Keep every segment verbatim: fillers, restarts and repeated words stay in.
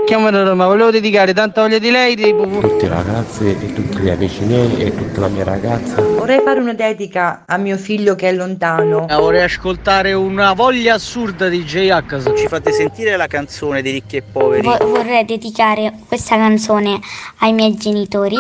Chiamano Roma, volevo dedicare tanta voglia di lei di... Tutte le ragazze e tutti gli amici miei e tutta la mia ragazza. Vorrei fare una dedica a mio figlio che è lontano. Vorrei ascoltare una voglia assurda di J-H. Ci fate sentire la canzone dei ricchi e poveri? Vo- vorrei dedicare questa canzone ai miei genitori.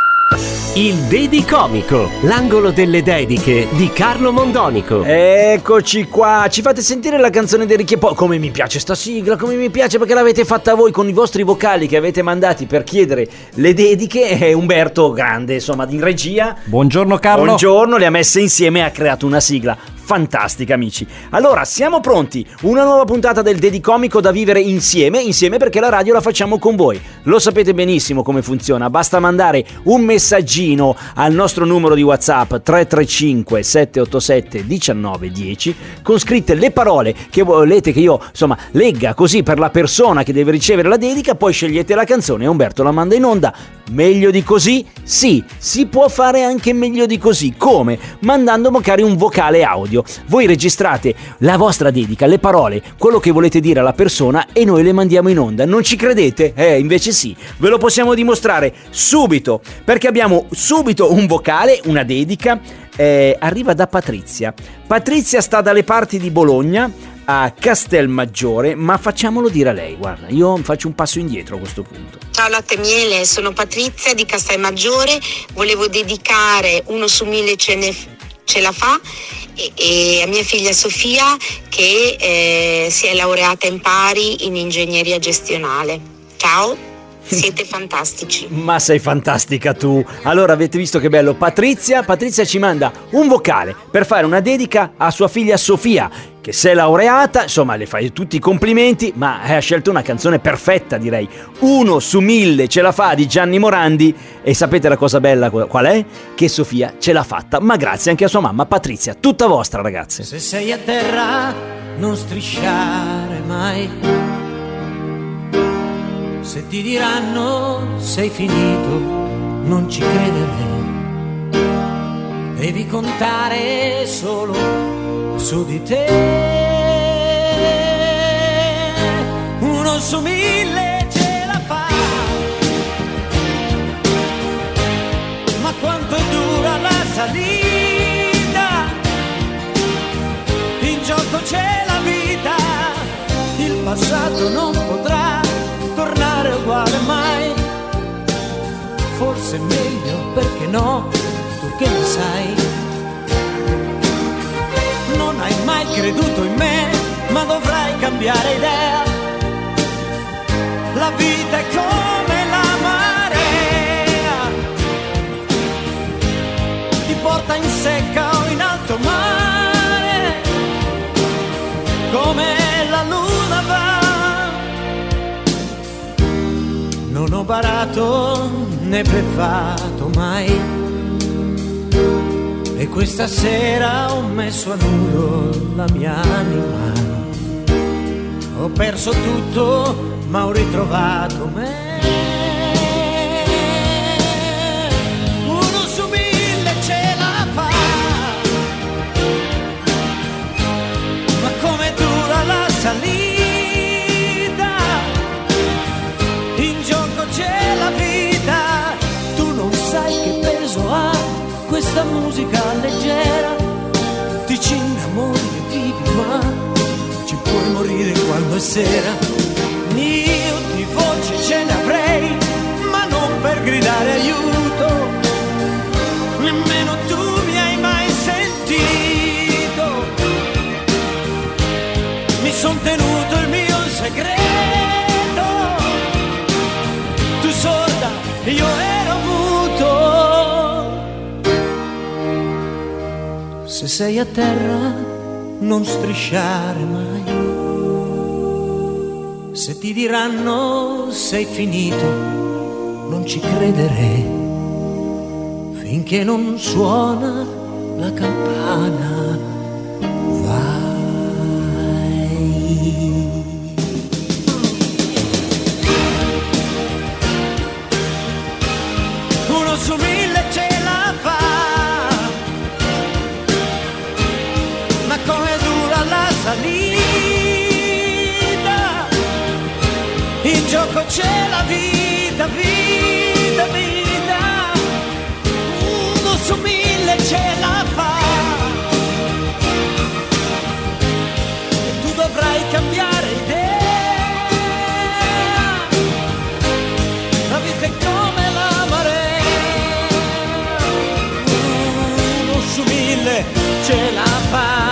Il Dedicomico, l'angolo delle dediche di Carlo Mondonico. Eccoci qua, ci fate sentire la canzone dei ricchi e poveri. Come mi piace sta sigla, come mi piace, perché l'avete fatta voi con i vostri vocali che avete mandati per chiedere le dediche. E Umberto, grande insomma in regia. Buongiorno Carlo. Buongiorno, le ha messe insieme e ha creato una sigla fantastica, amici. Allora, siamo pronti, una nuova puntata del Dedicomico da vivere insieme, insieme perché la radio la facciamo con voi. Lo sapete benissimo come funziona, basta mandare un messaggino al nostro numero di WhatsApp tre tre cinque sette otto sette uno nove uno zero con scritte le parole che volete che io, insomma, legga così per la persona che deve ricevere la dedica, poi scegliete la canzone e Umberto la manda in onda. Meglio di così? Sì, si può fare anche meglio di così. Come? Mandando magari un vocale audio. Voi registrate la vostra dedica, le parole, quello che volete dire alla persona e noi le mandiamo in onda. Non ci credete? Eh, invece sì. Ve lo possiamo dimostrare subito, perché abbiamo subito un vocale, una dedica. Eh, arriva da Patrizia. Patrizia sta dalle parti di Bologna, a Castelmaggiore, ma facciamolo dire a lei. Guarda, io faccio un passo indietro a questo punto. Ciao Latte Miele, sono Patrizia di Castelmaggiore, volevo dedicare Uno su mille ce, ne, ce la fa e, e a mia figlia Sofia che eh, si è laureata in pari in ingegneria gestionale. Ciao! Siete fantastici. Ma sei fantastica tu. Allora avete visto che bello. Patrizia Patrizia ci manda un vocale per fare una dedica a sua figlia Sofia, che si è laureata, insomma le fai tutti i complimenti, ma ha scelto una canzone perfetta, direi. Uno su mille ce la fa di Gianni Morandi. E sapete la cosa bella qual è? Che Sofia ce l'ha fatta, ma grazie anche a sua mamma. Patrizia, tutta vostra, ragazze. Se sei a terra non strisciare mai. Se ti diranno sei finito, non ci credere. Devi contare solo su di te. Uno su mille ce la fa. Ma quanto dura la salita? In gioco c'è la vita. Il passato non potrà tornare uguale mai. Forse è meglio, perché no, tu che ne sai. Non hai mai creduto in me, ma dovrai cambiare idea. La vita è come la marea, ti porta in secca o in alto mare, come la luna va. Non ho barato né bleffato mai, e questa sera ho messo a nudo la mia anima. Ho perso tutto ma ho ritrovato me. Uno su mille ce la fa. Ma come dura la salita? C'è la vita, tu non sai che peso ha questa musica leggera. Ti ci innamori e vivi, ma ci puoi morire quando è sera. Io di voce ce ne avrei, ma non per gridare aiuto. Nemmeno tu mi hai mai sentito. Mi son tenuto il mio segreto. Io ero muto. Se sei a terra non strisciare mai. Se ti diranno sei finito, non ci credere finché non suona la campana. Vai. Su mille ce la fa. Ma come dura la salita? In in gioco c'è la vita, vita, vita, uno su mille ce la fa. E tu dovrai cambiare idea, la vita è come la marea, uno su mille ce la fa.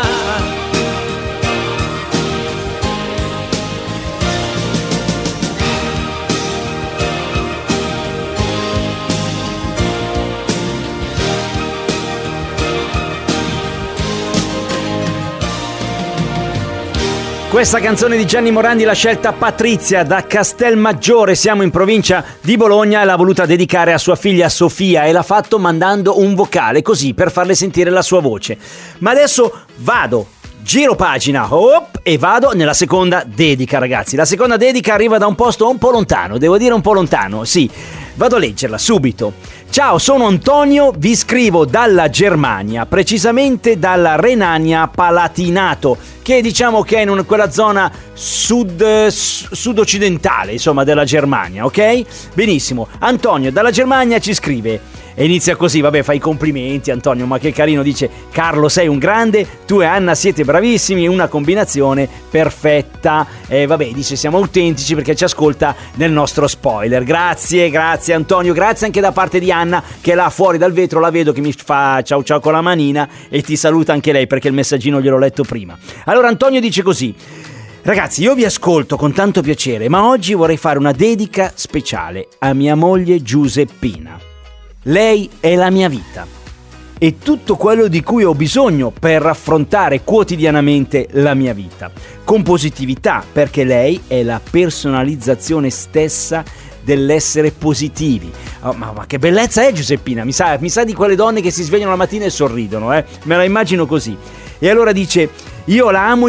Questa canzone di Gianni Morandi l'ha scelta Patrizia da Castelmaggiore, siamo in provincia di Bologna, e l'ha voluta dedicare a sua figlia Sofia e l'ha fatto mandando un vocale così per farle sentire la sua voce. Ma adesso vado, giro pagina op, e vado nella seconda dedica, ragazzi. La seconda dedica arriva da un posto un po' lontano, devo dire un po' lontano, sì. Vado a leggerla subito. Ciao, sono Antonio, vi scrivo dalla Germania, precisamente dalla Renania Palatinato, che diciamo che è in quella zona sud, sud-occidentale, insomma, della Germania, ok? Benissimo. Antonio dalla Germania ci scrive e inizia così, vabbè, fa i complimenti Antonio, ma che carino, dice: Carlo sei un grande, tu e Anna siete bravissimi, una combinazione perfetta. E vabbè, dice siamo autentici perché ci ascolta nel nostro spoiler. Grazie, grazie Antonio, grazie anche da parte di Anna che è là fuori dal vetro, la vedo che mi fa ciao ciao con la manina e ti saluta anche lei perché il messaggino gliel'ho letto prima. Allora Antonio dice così: ragazzi, io vi ascolto con tanto piacere, ma oggi vorrei fare una dedica speciale a mia moglie Giuseppina. Lei è la mia vita e tutto quello di cui ho bisogno per affrontare quotidianamente la mia vita, con positività, perché lei è la personalizzazione stessa dell'essere positivi. Oh, ma, ma che bellezza è Giuseppina, mi sa, mi sa di quelle donne che si svegliano la mattina e sorridono, eh? Me la immagino così. E allora dice: io la amo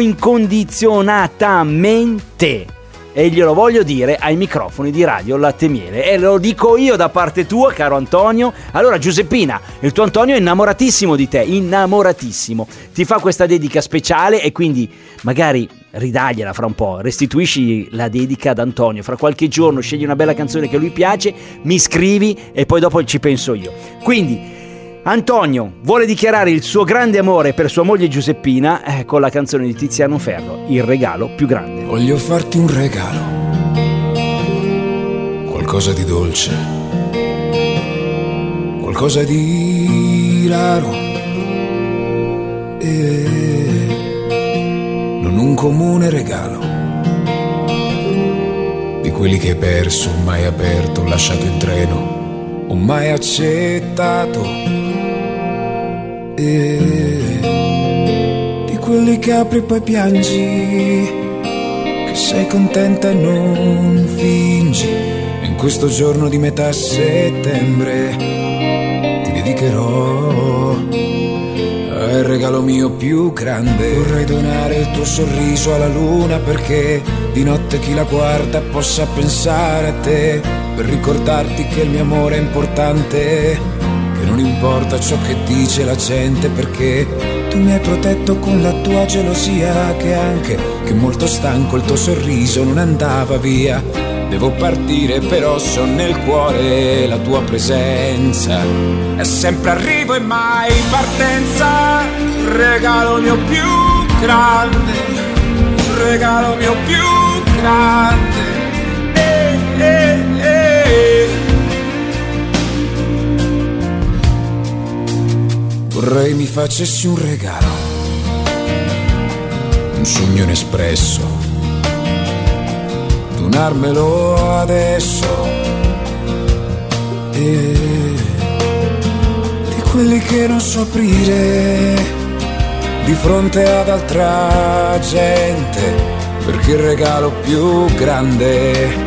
incondizionatamente e glielo voglio dire ai microfoni di Radio Latte Miele, e lo dico io da parte tua, caro Antonio. Allora Giuseppina, il tuo Antonio è innamoratissimo di te, innamoratissimo, ti fa questa dedica speciale e quindi magari ridagliela fra un po', restituisci la dedica ad Antonio, fra qualche giorno scegli una bella canzone che a lui piace, mi scrivi e poi dopo ci penso io. Quindi Antonio vuole dichiarare il suo grande amore per sua moglie Giuseppina eh, con la canzone di Tiziano Ferro, Il regalo più grande. Voglio farti un regalo, qualcosa di dolce, qualcosa di raro, e non un comune regalo, di quelli che hai perso, mai aperto, lasciato in treno, o mai accettato. E di quelli che apri e poi piangi, che sei contenta e non fingi. E in questo giorno di metà settembre ti dedicherò al regalo mio più grande. Vorrei donare il tuo sorriso alla luna, perché di notte chi la guarda possa pensare a te, per ricordarti che il mio amore è importante, non importa ciò che dice la gente, perché tu mi hai protetto con la tua gelosia, che anche che molto stanco il tuo sorriso non andava via. Devo partire però so nel cuore la tua presenza, è sempre arrivo e mai partenza. Regalo mio più grande, regalo mio più grande, eh, eh, eh. Vorrei mi facessi un regalo, un sogno inespresso, donarmelo adesso, e di quelli che non so aprire di fronte ad altra gente, perché il regalo più grande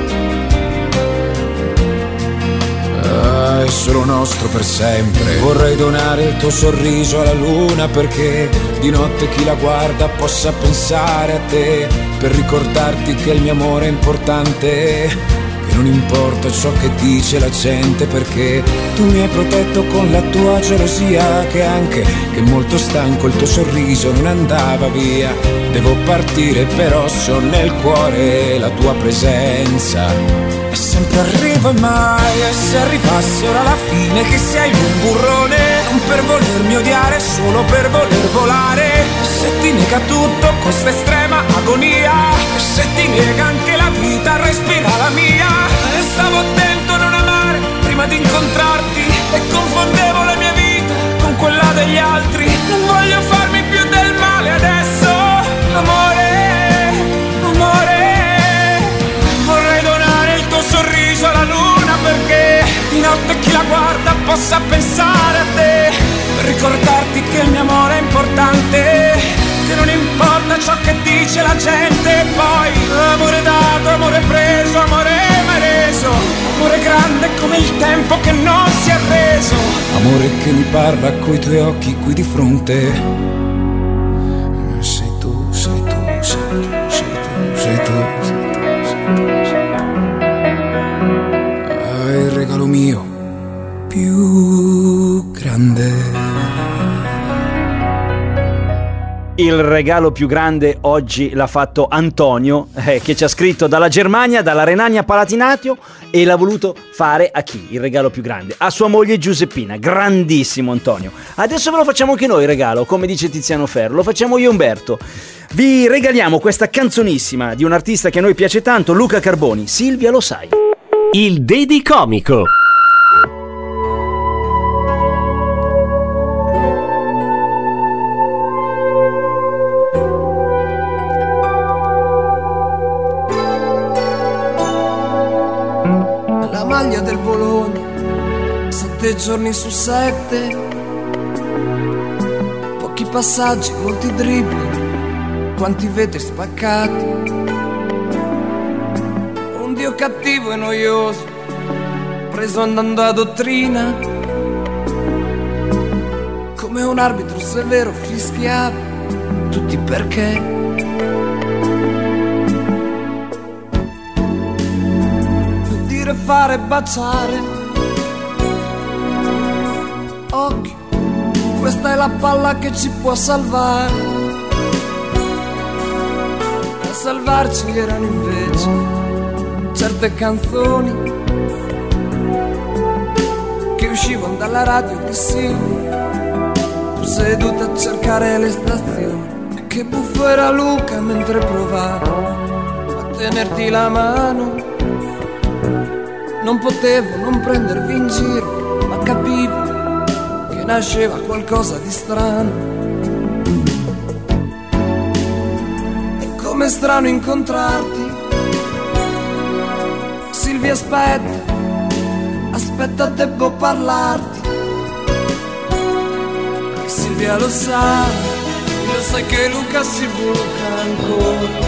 è solo nostro per sempre. Vorrei donare il tuo sorriso alla luna, perché di notte chi la guarda possa pensare a te, per ricordarti che il mio amore è importante, che non importa ciò che dice la gente, perché tu mi hai protetto con la tua gelosia, che anche che molto stanco il tuo sorriso non andava via. Devo partire però so nel cuore la tua presenza. E sempre arrivo e mai, e se arrivasse ora la fine che sei un burrone, non per volermi odiare, solo per voler volare. Se ti nega tutto questa estrema agonia, se ti nega anche la vita, respira la mia. E stavo attento a non amare prima di incontrarti, e confondevo la mia vita con quella degli altri. Non voglio farmi più del male adesso, amore, amore. Vorrei donare il tuo sorriso alla luna, perché di notte chi la guarda possa pensare a te, per ricordarti che il mio amore è importante, che non importa ciò che dice la gente. Poi amore dato, amore preso, amore mai reso, amore grande come il tempo che non si è reso. Amore che mi parla coi tuoi occhi qui di fronte. Sei tu, sei tu, sei tu, sei tu, sei tu, sei tu, sei tu, sei tu. Ah, il regalo mio più grande. Il regalo più grande oggi l'ha fatto Antonio, eh, che ci ha scritto dalla Germania, dalla Renania Palatinatio, e l'ha voluto fare a chi? Il regalo più grande? A sua moglie Giuseppina. Grandissimo Antonio. Adesso ve lo facciamo anche noi il regalo, come dice Tiziano Ferro, lo facciamo io e Umberto. Vi regaliamo questa canzonissima di un artista che a noi piace tanto, Luca Carboni, Silvia lo sai. Il Dedicomico. Maglia del Bologna, sette giorni su sette, pochi passaggi, molti dribbling, quanti vetri spaccati, un dio cattivo e noioso, preso andando a dottrina, come un arbitro severo fischiava, tutti perché. Fare baciare, occhio, questa è la palla che ci può salvare. A salvarci erano invece certe canzoni che uscivano dalla radio di Silvia, tu seduta a cercare le stazioni. Che buffo era Luca mentre provava a tenerti la mano. Non potevo non prendervi in giro, ma capivo che nasceva qualcosa di strano. È come strano incontrarti. Silvia, aspetta, aspetta, devo parlarti. E Silvia lo sa, lo sai che Luca si buca ancora.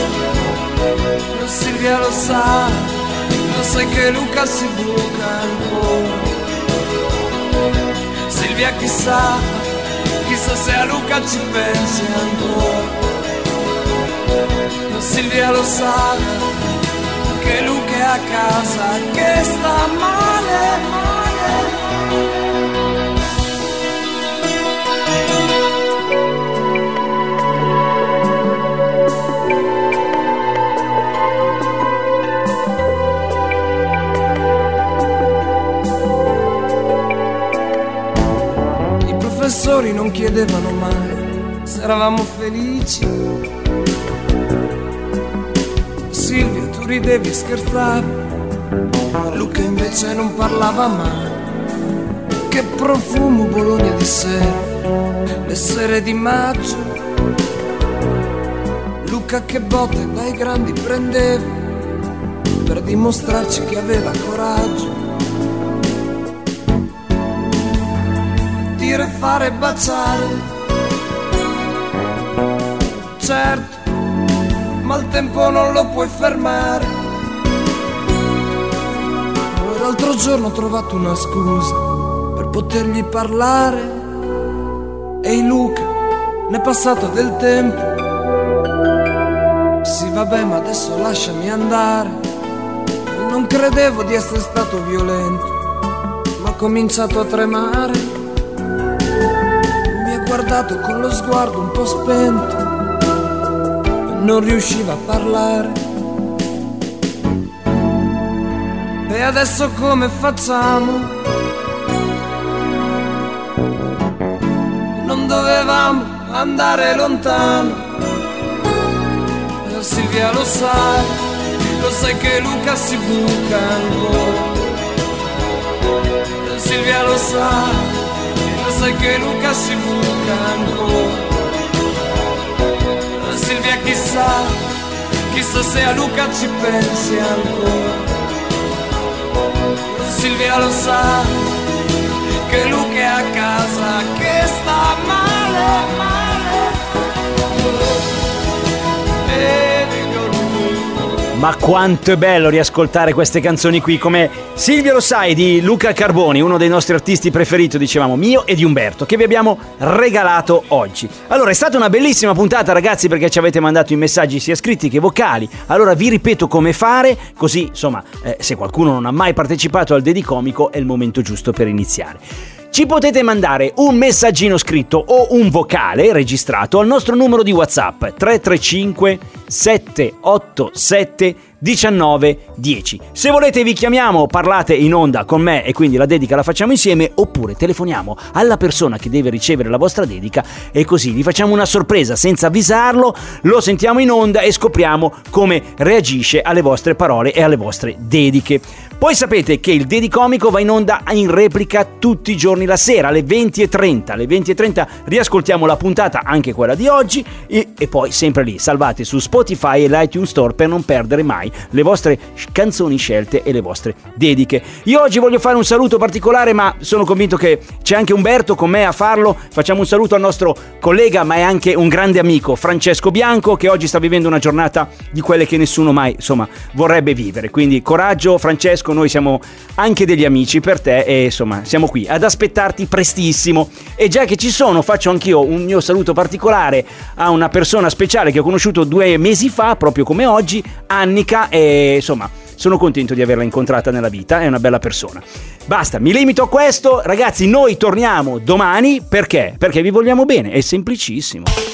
E Silvia lo sa, lo sai che Luca si buca ancora. Silvia chissà, chissà se a Luca ci pensi ancora. Silvia lo sa, che Luca è a casa, che sta male, male. I professori non chiedevano mai se eravamo felici. Silvia, tu ridevi e scherzavi, Luca invece non parlava mai. Che profumo Bologna di sera, le sere di maggio. Luca che botte dai grandi prendeva per dimostrarci che aveva coraggio. Dire, fare, baciare, certo, ma il tempo non lo puoi fermare. L'altro giorno ho trovato una scusa per potergli parlare. Ehi Luca, n'è passato del tempo. Sì vabbè, ma adesso lasciami andare. Non credevo di essere stato violento, ma ho cominciato a tremare. Mi ha guardato con lo sguardo un po' spento non riusciva a parlare. E adesso come facciamo? Non dovevamo andare lontano. E Silvia lo sai, lo sai che Luca si buca ancora. E Silvia lo sa, lo sai che Luca si buca ancora. E Silvia chissà, chissà se a Luca ci pensi ancora. Silvia lo sa che Luca è a casa, che sta male, male. Ma quanto è bello riascoltare queste canzoni qui, come Silvia lo sai di Luca Carboni, uno dei nostri artisti preferiti, dicevamo, mio e di Umberto, che vi abbiamo regalato oggi. Allora, è stata una bellissima puntata, ragazzi, perché ci avete mandato i messaggi sia scritti che vocali. Allora vi ripeto come fare, così insomma eh, se qualcuno non ha mai partecipato al Dedicomico è il momento giusto per iniziare. Ci potete mandare un messaggino scritto o un vocale registrato al nostro numero di WhatsApp tre tre cinque sette otto sette diciannove dieci. Se volete vi chiamiamo, parlate in onda con me e quindi la dedica la facciamo insieme, oppure telefoniamo alla persona che deve ricevere la vostra dedica e così vi facciamo una sorpresa senza avvisarlo, lo sentiamo in onda e scopriamo come reagisce alle vostre parole e alle vostre dediche. Poi sapete che il Dedicomico va in onda in replica tutti i giorni la sera alle venti e trenta. Alle venti e trenta riascoltiamo la puntata, anche quella di oggi, e, e poi sempre lì, salvate su Spotify e l'iTunes Store per non perdere mai le vostre canzoni scelte e le vostre dediche. Io oggi voglio fare un saluto particolare, ma sono convinto che c'è anche Umberto con me a farlo. Facciamo un saluto al nostro collega, ma è anche un grande amico, Francesco Bianco, che oggi sta vivendo una giornata di quelle che nessuno mai, insomma, vorrebbe vivere. Quindi coraggio, Francesco, noi siamo anche degli amici per te e insomma siamo qui ad aspettarti prestissimo. E già che ci sono, faccio anch'io un mio saluto particolare a una persona speciale che ho conosciuto due mesi fa, proprio come oggi, Annika, e insomma sono contento di averla incontrata nella vita, è una bella persona. Basta, mi limito a questo, ragazzi, noi torniamo domani, perché? Perché vi vogliamo bene, è semplicissimo.